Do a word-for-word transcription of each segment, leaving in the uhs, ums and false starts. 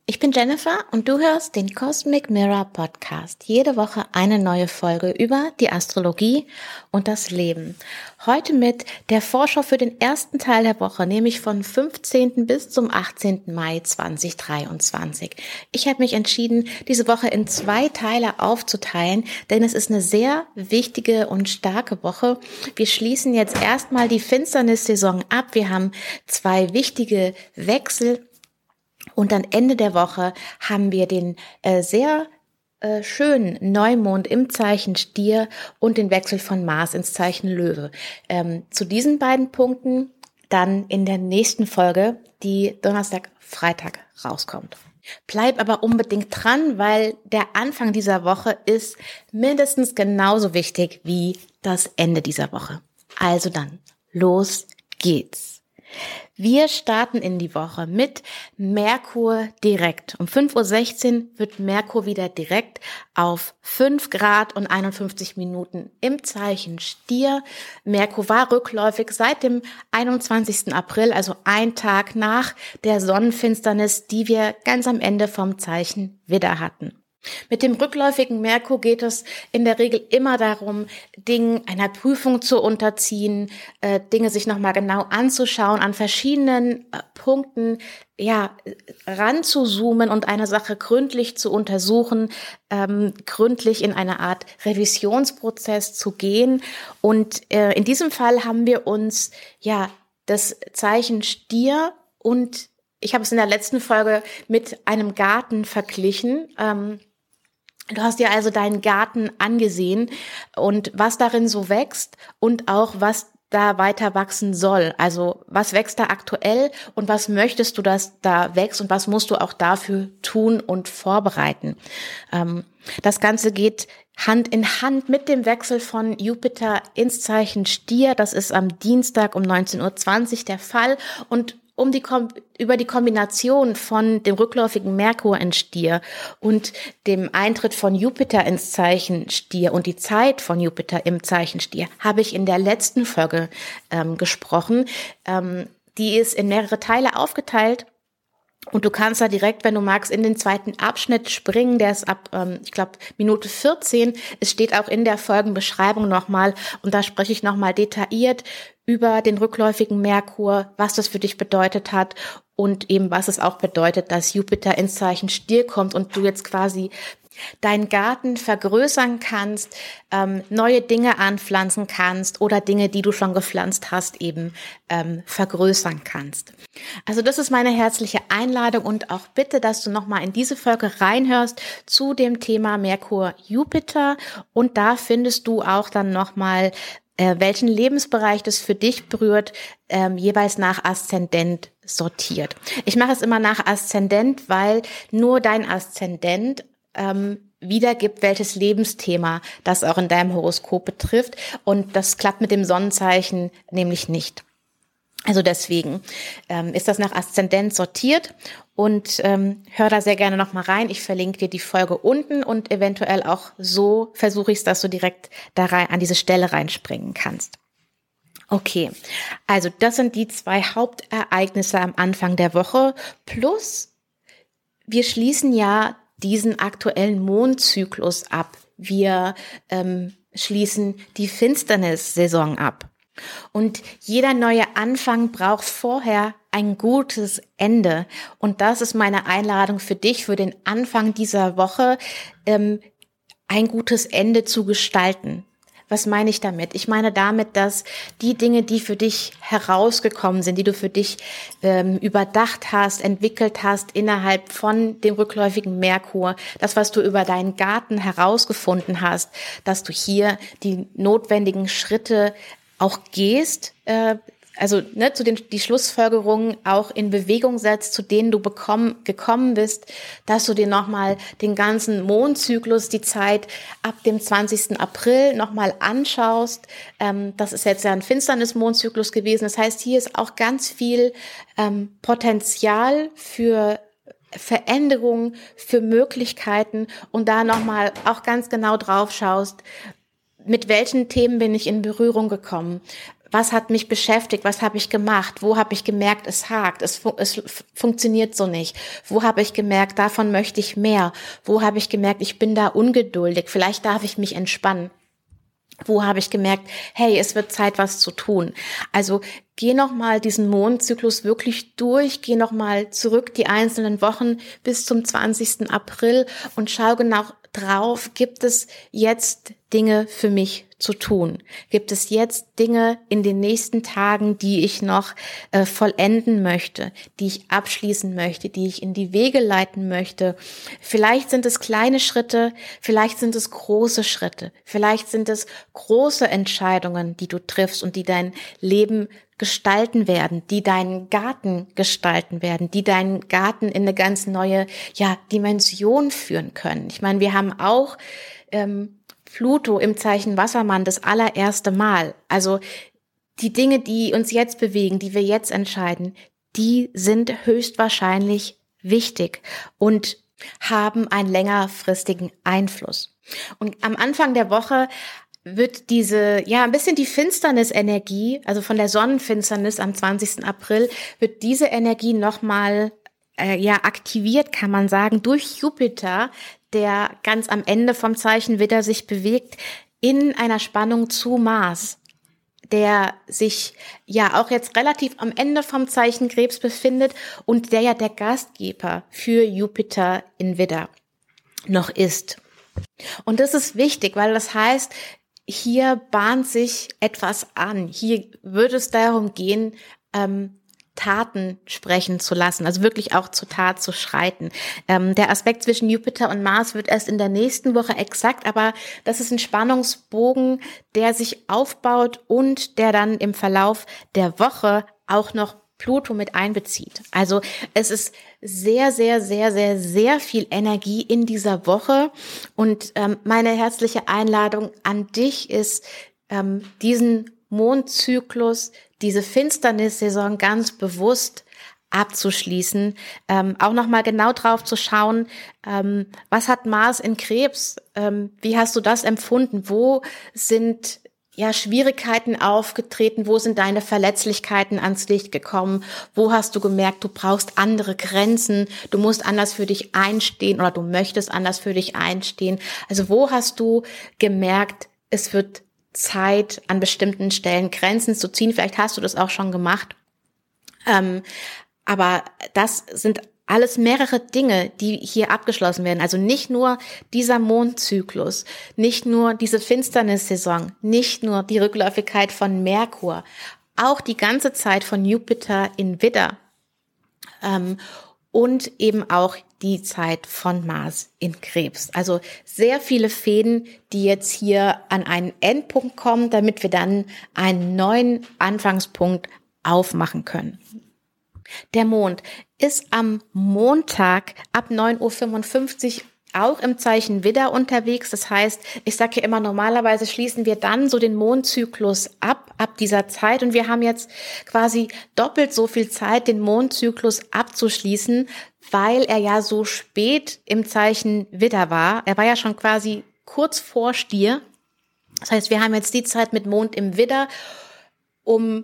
Ich bin Jennifer und du hörst den Cosmic Mirror Podcast. Jede Woche eine neue Folge über die Astrologie und das Leben. Heute mit der Vorschau für den ersten Teil der Woche, nämlich von fünfzehnten bis zum achtzehnten Mai zweitausenddreiundzwanzig. Ich habe mich entschieden, diese Woche in zwei Teile aufzuteilen, denn es ist eine sehr wichtige und starke Woche. Wir schließen jetzt erstmal die Finsternissaison ab. Wir haben zwei wichtige Wechsel. Und am Ende der Woche haben wir den äh, sehr äh, schönen Neumond im Zeichen Stier und den Wechsel von Mars ins Zeichen Löwe. Ähm, zu diesen beiden Punkten dann in der nächsten Folge, die Donnerstag, Freitag rauskommt. Bleib aber unbedingt dran, weil der Anfang dieser Woche ist mindestens genauso wichtig wie das Ende dieser Woche. Also dann, los geht's. Wir starten in die Woche mit Merkur direkt. Um fünf Uhr sechzehn wird Merkur wieder direkt auf fünf Grad und einundfünfzig Minuten im Zeichen Stier. Merkur war rückläufig seit dem einundzwanzigsten April, also ein Tag nach der Sonnenfinsternis, die wir ganz am Ende vom Zeichen Widder hatten. Mit dem rückläufigen Merkur geht es in der Regel immer darum, Dinge einer Prüfung zu unterziehen, äh, Dinge sich nochmal genau anzuschauen, an verschiedenen äh, Punkten ja ranzuzoomen und eine Sache gründlich zu untersuchen, ähm, gründlich in eine Art Revisionsprozess zu gehen. Und äh, in diesem Fall haben wir uns ja das Zeichen Stier und ich habe es in der letzten Folge mit einem Garten verglichen. Ähm, Du hast dir also deinen Garten angesehen und was darin so wächst und auch was da weiter wachsen soll. Also was wächst da aktuell und was möchtest du, dass da wächst und was musst du auch dafür tun und vorbereiten. Ähm, das Ganze geht Hand in Hand mit dem Wechsel von Jupiter ins Zeichen Stier. Das ist am Dienstag um neunzehn Uhr zwanzig der Fall und um die über die Kombination von dem rückläufigen Merkur in Stier und dem Eintritt von Jupiter ins Zeichen Stier und die Zeit von Jupiter im Zeichen Stier habe ich in der letzten Folge ähm, gesprochen. Ähm, die ist in mehrere Teile aufgeteilt. Und du kannst da direkt, wenn du magst, in den zweiten Abschnitt springen, der ist ab, ähm, ich glaube, Minute vierzehn. Es steht auch in der Folgenbeschreibung nochmal und da spreche ich nochmal detailliert über den rückläufigen Merkur, was das für dich bedeutet hat und eben was es auch bedeutet, dass Jupiter ins Zeichen Stier kommt und du jetzt quasi deinen Garten vergrößern kannst, ähm, neue Dinge anpflanzen kannst oder Dinge, die du schon gepflanzt hast, eben ähm, vergrößern kannst. Also das ist meine herzliche Einladung und auch bitte, dass du nochmal in diese Folge reinhörst zu dem Thema Merkur-Jupiter und da findest du auch dann nochmal, äh, welchen Lebensbereich das für dich berührt, ähm, jeweils nach Aszendent sortiert. Ich mache es immer nach Aszendent, weil nur dein Aszendent ähm, wiedergibt, welches Lebensthema das auch in deinem Horoskop betrifft. Und das klappt mit dem Sonnenzeichen nämlich nicht. Also deswegen ähm, ist das nach Aszendent sortiert und ähm, hör da sehr gerne nochmal rein. Ich verlinke dir die Folge unten und eventuell auch so versuche ich es, dass du direkt da rein, an diese Stelle reinspringen kannst. Okay, also das sind die zwei Hauptereignisse am Anfang der Woche plus wir schließen ja diesen aktuellen Mondzyklus ab. Wir ähm, schließen die Finsternissaison ab. Und jeder neue Anfang braucht vorher ein gutes Ende. Und das ist meine Einladung für dich, für den Anfang dieser Woche, ähm, ein gutes Ende zu gestalten. Was meine ich damit? Ich meine damit, dass die Dinge, die für dich herausgekommen sind, die du für dich ähm, überdacht hast, entwickelt hast innerhalb von dem rückläufigen Merkur, das, was du über deinen Garten herausgefunden hast, dass du hier die notwendigen Schritte auch gehst, äh, also ne, zu den die Schlussfolgerungen auch in Bewegung setzt, zu denen du bekommen, gekommen bist, dass du dir nochmal den ganzen Mondzyklus, die Zeit ab dem zwanzigsten April nochmal anschaust. Ähm, das ist jetzt ja ein Finsternis-Mondzyklus gewesen. Das heißt, hier ist auch ganz viel ähm, Potenzial für Veränderungen, für Möglichkeiten und da nochmal auch ganz genau drauf schaust, mit welchen Themen bin ich in Berührung gekommen? was hat mich beschäftigt, was habe ich gemacht, wo habe ich gemerkt, es hakt, es, fu- es f- funktioniert so nicht, wo habe ich gemerkt, davon möchte ich mehr, wo habe ich gemerkt, ich bin da ungeduldig, vielleicht darf ich mich entspannen. Wo habe ich gemerkt, hey, es wird Zeit, was zu tun. Also geh nochmal diesen Mondzyklus wirklich durch, geh nochmal zurück die einzelnen Wochen bis zum zwanzigsten April und schau genau drauf, gibt es jetzt Dinge für mich zu tun? Gibt es jetzt Dinge in den nächsten Tagen, die ich noch äh, vollenden möchte, die ich abschließen möchte, die ich in die Wege leiten möchte? Vielleicht sind es kleine Schritte, vielleicht sind es große Schritte, vielleicht sind es große Entscheidungen, die du triffst und die dein Leben gestalten werden, die deinen Garten gestalten werden, die deinen Garten in eine ganz neue, ja, Dimension führen können. Ich meine, wir haben auch ähm, Pluto im Zeichen Wassermann das allererste Mal. Also die Dinge, die uns jetzt bewegen, die wir jetzt entscheiden, die sind höchstwahrscheinlich wichtig und haben einen längerfristigen Einfluss. Und am Anfang der Woche wird diese, ja, ein bisschen die Finsternisenergie, also von der Sonnenfinsternis am zwanzigsten April, wird diese Energie nochmal, äh, ja, aktiviert, kann man sagen, durch Jupiter, der ganz am Ende vom Zeichen Widder sich bewegt, in einer Spannung zu Mars, der sich ja auch jetzt relativ am Ende vom Zeichen Krebs befindet und der ja der Gastgeber für Jupiter in Widder noch ist. Und das ist wichtig, weil das heißt, hier bahnt sich etwas an. Hier würde es darum gehen, ähm, Taten sprechen zu lassen, also wirklich auch zur Tat zu schreiten. Ähm, der Aspekt zwischen Jupiter und Mars wird erst in der nächsten Woche exakt, aber das ist ein Spannungsbogen, der sich aufbaut und der dann im Verlauf der Woche auch noch Pluto mit einbezieht. Also es ist sehr, sehr, sehr, sehr, sehr viel Energie in dieser Woche und ähm, meine herzliche Einladung an dich ist, ähm, diesen Mondzyklus, diese Finsternissaison ganz bewusst abzuschließen, ähm, auch nochmal genau drauf zu schauen, ähm, was hat Mars in Krebs, ähm, wie hast du das empfunden, wo sind ja Schwierigkeiten aufgetreten, wo sind deine Verletzlichkeiten ans Licht gekommen, wo hast du gemerkt, du brauchst andere Grenzen, du musst anders für dich einstehen oder du möchtest anders für dich einstehen, also wo hast du gemerkt, es wird Zeit, an bestimmten Stellen Grenzen zu ziehen. Vielleicht hast du das auch schon gemacht. Ähm, aber das sind alles mehrere Dinge, die hier abgeschlossen werden. Also nicht nur dieser Mondzyklus, nicht nur diese Finsternissaison, nicht nur die Rückläufigkeit von Merkur, auch die ganze Zeit von Jupiter in Widder. Ähm, und eben auch die Zeit von Mars in Krebs. Also sehr viele Fäden, die jetzt hier an einen Endpunkt kommen, damit wir dann einen neuen Anfangspunkt aufmachen können. Der Mond ist am Montag ab neun Uhr fünfundfünfzig auch im Zeichen Widder unterwegs. Das heißt, ich sage ja immer, normalerweise schließen wir dann so den Mondzyklus ab, ab dieser Zeit. Und wir haben jetzt quasi doppelt so viel Zeit, den Mondzyklus abzuschließen, weil er ja so spät im Zeichen Widder war. Er war ja schon quasi kurz vor Stier. Das heißt, wir haben jetzt die Zeit mit Mond im Widder, um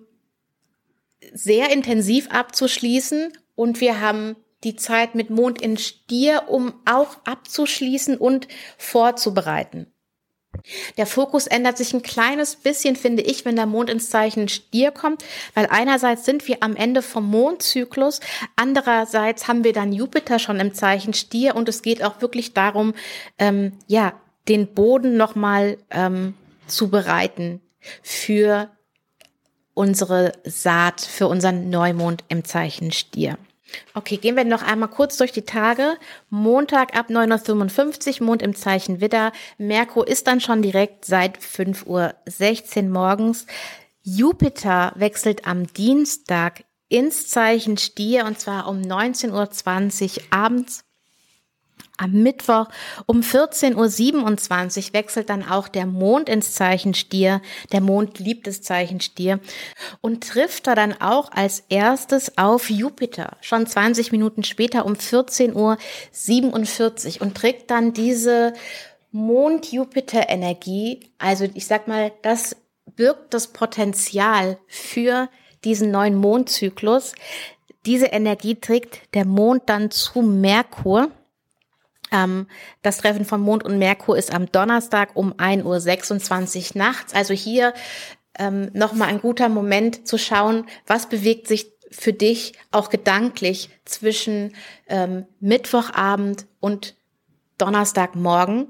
sehr intensiv abzuschließen. Und wir haben die Zeit mit Mond in Stier, um auch abzuschließen und vorzubereiten. Der Fokus ändert sich ein kleines bisschen, finde ich, wenn der Mond ins Zeichen Stier kommt, weil einerseits sind wir am Ende vom Mondzyklus, andererseits haben wir dann Jupiter schon im Zeichen Stier und es geht auch wirklich darum, ähm, ja, den Boden nochmal ähm, zu bereiten für unsere Saat, für unseren Neumond im Zeichen Stier. Okay, gehen wir noch einmal kurz durch die Tage. Montag ab neun Uhr fünfundfünfzig, Mond im Zeichen Widder. Merkur ist dann schon direkt seit fünf Uhr sechzehn morgens. Jupiter wechselt am Dienstag ins Zeichen Stier und zwar um neunzehn Uhr zwanzig abends. Am Mittwoch um vierzehn Uhr siebenundzwanzig wechselt dann auch der Mond ins Zeichen Stier. Der Mond liebt das Zeichen Stier und trifft da dann auch als erstes auf Jupiter. Schon zwanzig Minuten später um vierzehn Uhr siebenundvierzig und trägt dann diese Mond-Jupiter-Energie, also ich sag mal, das birgt das Potenzial für diesen neuen Mondzyklus. Diese Energie trägt der Mond dann zu Merkur. Ähm, das Treffen von Mond und Merkur ist am Donnerstag um ein Uhr sechsundzwanzig nachts. Also hier ähm, nochmal ein guter Moment zu schauen, was bewegt sich für dich auch gedanklich zwischen ähm, Mittwochabend und Donnerstagmorgen.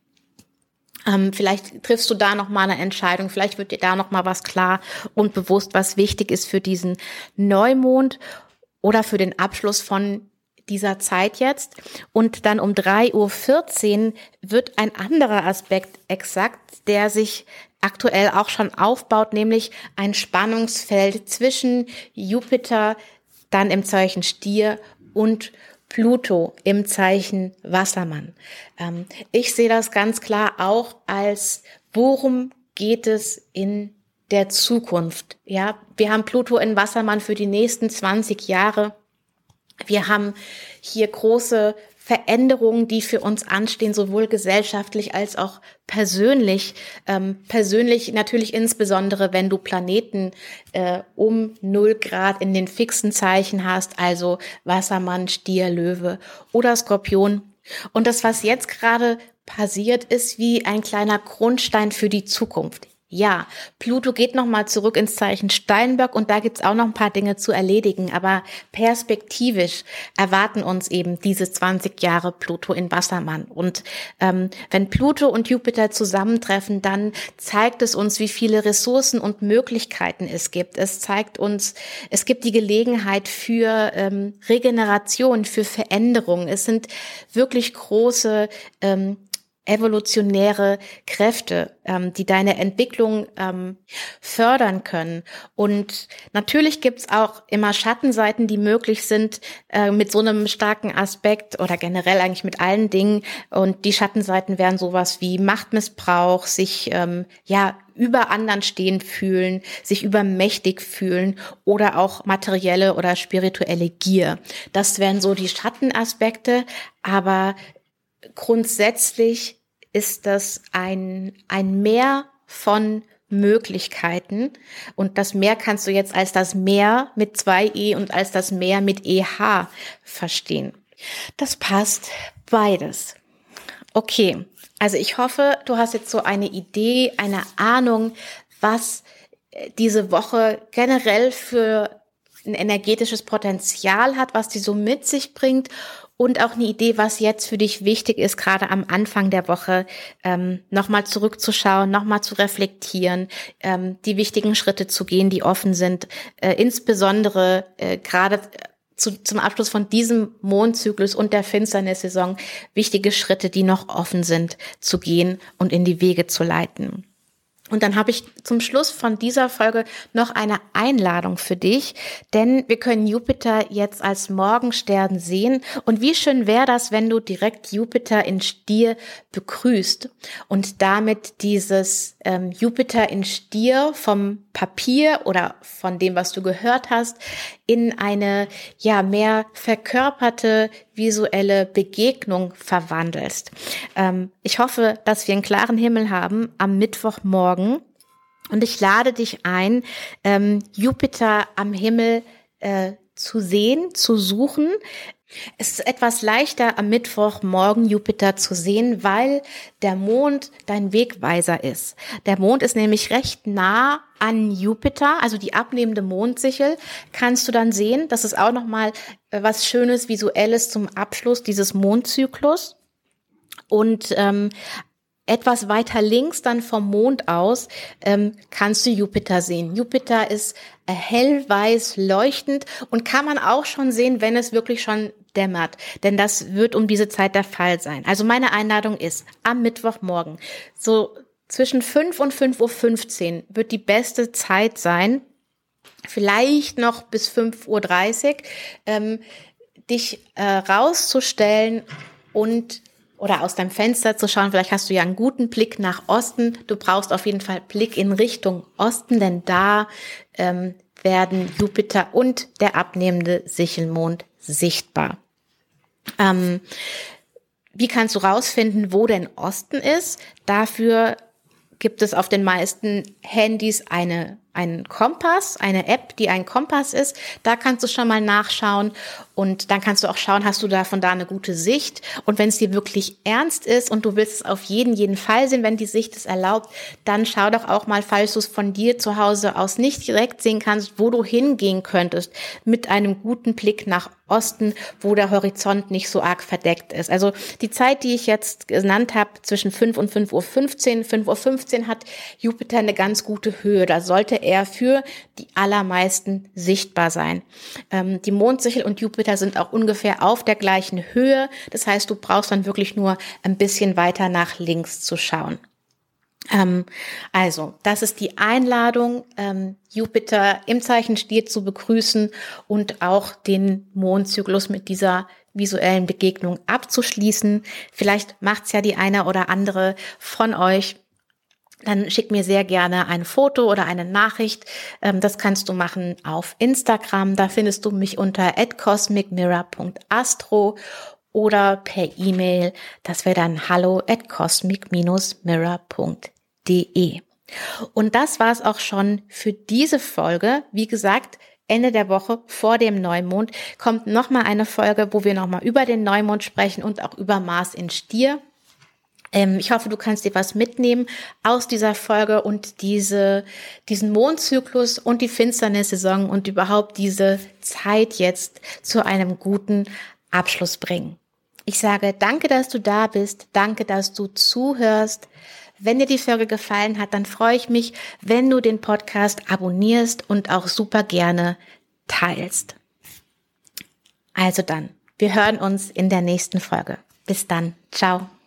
Ähm, vielleicht triffst du da nochmal eine Entscheidung, vielleicht wird dir da nochmal was klar und bewusst, was wichtig ist für diesen Neumond oder für den Abschluss von dieser Zeit jetzt. Und dann um drei Uhr vierzehn wird ein anderer Aspekt exakt, der sich aktuell auch schon aufbaut, nämlich ein Spannungsfeld zwischen Jupiter, dann im Zeichen Stier, und Pluto im Zeichen Wassermann. Ähm, ich sehe das ganz klar auch als, worum geht es in der Zukunft? Ja, wir haben Pluto in Wassermann für die nächsten zwanzig Jahre. Wir haben hier große Veränderungen, die für uns anstehen, sowohl gesellschaftlich als auch persönlich. Ähm, persönlich natürlich insbesondere, wenn du Planeten äh, um null Grad in den fixen Zeichen hast, also Wassermann, Stier, Löwe oder Skorpion. Und das, was jetzt gerade passiert, ist wie ein kleiner Grundstein für die Zukunft. Ja, Pluto geht nochmal zurück ins Zeichen Steinbock und da gibt's auch noch ein paar Dinge zu erledigen, aber perspektivisch erwarten uns eben diese zwanzig Jahre Pluto in Wassermann. Und ähm, wenn Pluto und Jupiter zusammentreffen, dann zeigt es uns, wie viele Ressourcen und Möglichkeiten es gibt. Es zeigt uns, es gibt die Gelegenheit für ähm, Regeneration, für Veränderung. Es sind wirklich große ähm, evolutionäre Kräfte, ähm, die deine Entwicklung ähm, fördern können. Und natürlich gibt's auch immer Schattenseiten, die möglich sind äh, mit so einem starken Aspekt oder generell eigentlich mit allen Dingen. Und die Schattenseiten wären sowas wie Machtmissbrauch, sich ähm, ja über anderen stehend fühlen, sich übermächtig fühlen oder auch materielle oder spirituelle Gier. Das wären so die Schattenaspekte, aber grundsätzlich ist das ein, ein Meer von Möglichkeiten. Und das Meer kannst du jetzt als das Meer mit zwei E und als das Meer mit E H verstehen. Das passt beides. Okay, also ich hoffe, du hast jetzt so eine Idee, eine Ahnung, was diese Woche generell für ein energetisches Potenzial hat, was die so mit sich bringt. Und auch eine Idee, was jetzt für dich wichtig ist, gerade am Anfang der Woche, ähm, nochmal zurückzuschauen, nochmal zu reflektieren, ähm, die wichtigen Schritte zu gehen, die offen sind, äh, insbesondere äh, gerade zu, zum Abschluss von diesem Mondzyklus und der Finsternissaison wichtige Schritte, die noch offen sind, zu gehen und in die Wege zu leiten. Und dann habe ich zum Schluss von dieser Folge noch eine Einladung für dich, denn wir können Jupiter jetzt als Morgenstern sehen. Und wie schön wäre das, wenn du direkt Jupiter in Stier begrüßt und damit dieses ähm, Jupiter in Stier vom Papier oder von dem, was du gehört hast, in eine ja mehr verkörperte visuelle Begegnung verwandelst. Ähm, ich hoffe, dass wir einen klaren Himmel haben am Mittwochmorgen und ich lade dich ein, ähm, Jupiter am Himmel äh, zu sehen, zu suchen. Es ist etwas leichter am Mittwochmorgen Jupiter zu sehen, weil der Mond dein Wegweiser ist. Der Mond ist nämlich recht nah an Jupiter, also die abnehmende Mondsichel kannst du dann sehen. Das ist auch nochmal was Schönes Visuelles zum Abschluss dieses Mondzyklus. Und ähm, etwas weiter links dann vom Mond aus ähm, kannst du Jupiter sehen. Jupiter ist äh, hellweiß leuchtend und kann man auch schon sehen, wenn es wirklich schon dämmert. Denn das wird um diese Zeit der Fall sein. Also meine Einladung ist, am Mittwochmorgen, so zwischen fünf und fünf Uhr fünfzehn wird die beste Zeit sein, vielleicht noch bis fünf Uhr dreißig, ähm, dich äh, rauszustellen und oder aus deinem Fenster zu schauen. Vielleicht hast du ja einen guten Blick nach Osten. Du brauchst auf jeden Fall Blick in Richtung Osten, denn da ähm, werden Jupiter und der abnehmende Sichelmond sichtbar. Ähm, wie kannst du rausfinden, wo denn Osten ist? Dafür gibt es auf den meisten Handys eine einen Kompass, eine App, die ein Kompass ist. Da kannst du schon mal nachschauen und dann kannst du auch schauen, hast du da von da eine gute Sicht. Und wenn es dir wirklich ernst ist und du willst es auf jeden, jeden Fall sehen, wenn die Sicht es erlaubt, dann schau doch auch mal, falls du es von dir zu Hause aus nicht direkt sehen kannst, wo du hingehen könntest mit einem guten Blick nach Osten, wo der Horizont nicht so arg verdeckt ist. Also die Zeit, die ich jetzt genannt habe, zwischen fünf und fünf Uhr fünfzehn, fünf Uhr fünfzehn hat Jupiter eine ganz gute Höhe. Da sollte er für die allermeisten sichtbar sein. Ähm, die Mondsichel und Jupiter sind auch ungefähr auf der gleichen Höhe. Das heißt, du brauchst dann wirklich nur ein bisschen weiter nach links zu schauen. Ähm, also, das ist die Einladung, ähm, Jupiter im Zeichen Stier zu begrüßen und auch den Mondzyklus mit dieser visuellen Begegnung abzuschließen. Vielleicht macht's ja die eine oder andere von euch. Dann schick mir sehr gerne ein Foto oder eine Nachricht. Das kannst du machen auf Instagram. Da findest du mich unter at cosmic mirror punkt astro oder per E-Mail. Das wäre dann hallo at cosmic mirror punkt de. Und das war's auch schon für diese Folge. Wie gesagt, Ende der Woche vor dem Neumond kommt nochmal eine Folge, wo wir nochmal über den Neumond sprechen und auch über Mars in Stier. Ich hoffe, du kannst dir was mitnehmen aus dieser Folge und diese, diesen Mondzyklus und die Finsternissaison und überhaupt diese Zeit jetzt zu einem guten Abschluss bringen. Ich sage danke, dass du da bist. Danke, dass du zuhörst. Wenn dir die Folge gefallen hat, dann freue ich mich, wenn du den Podcast abonnierst und auch super gerne teilst. Also dann, wir hören uns in der nächsten Folge. Bis dann. Ciao.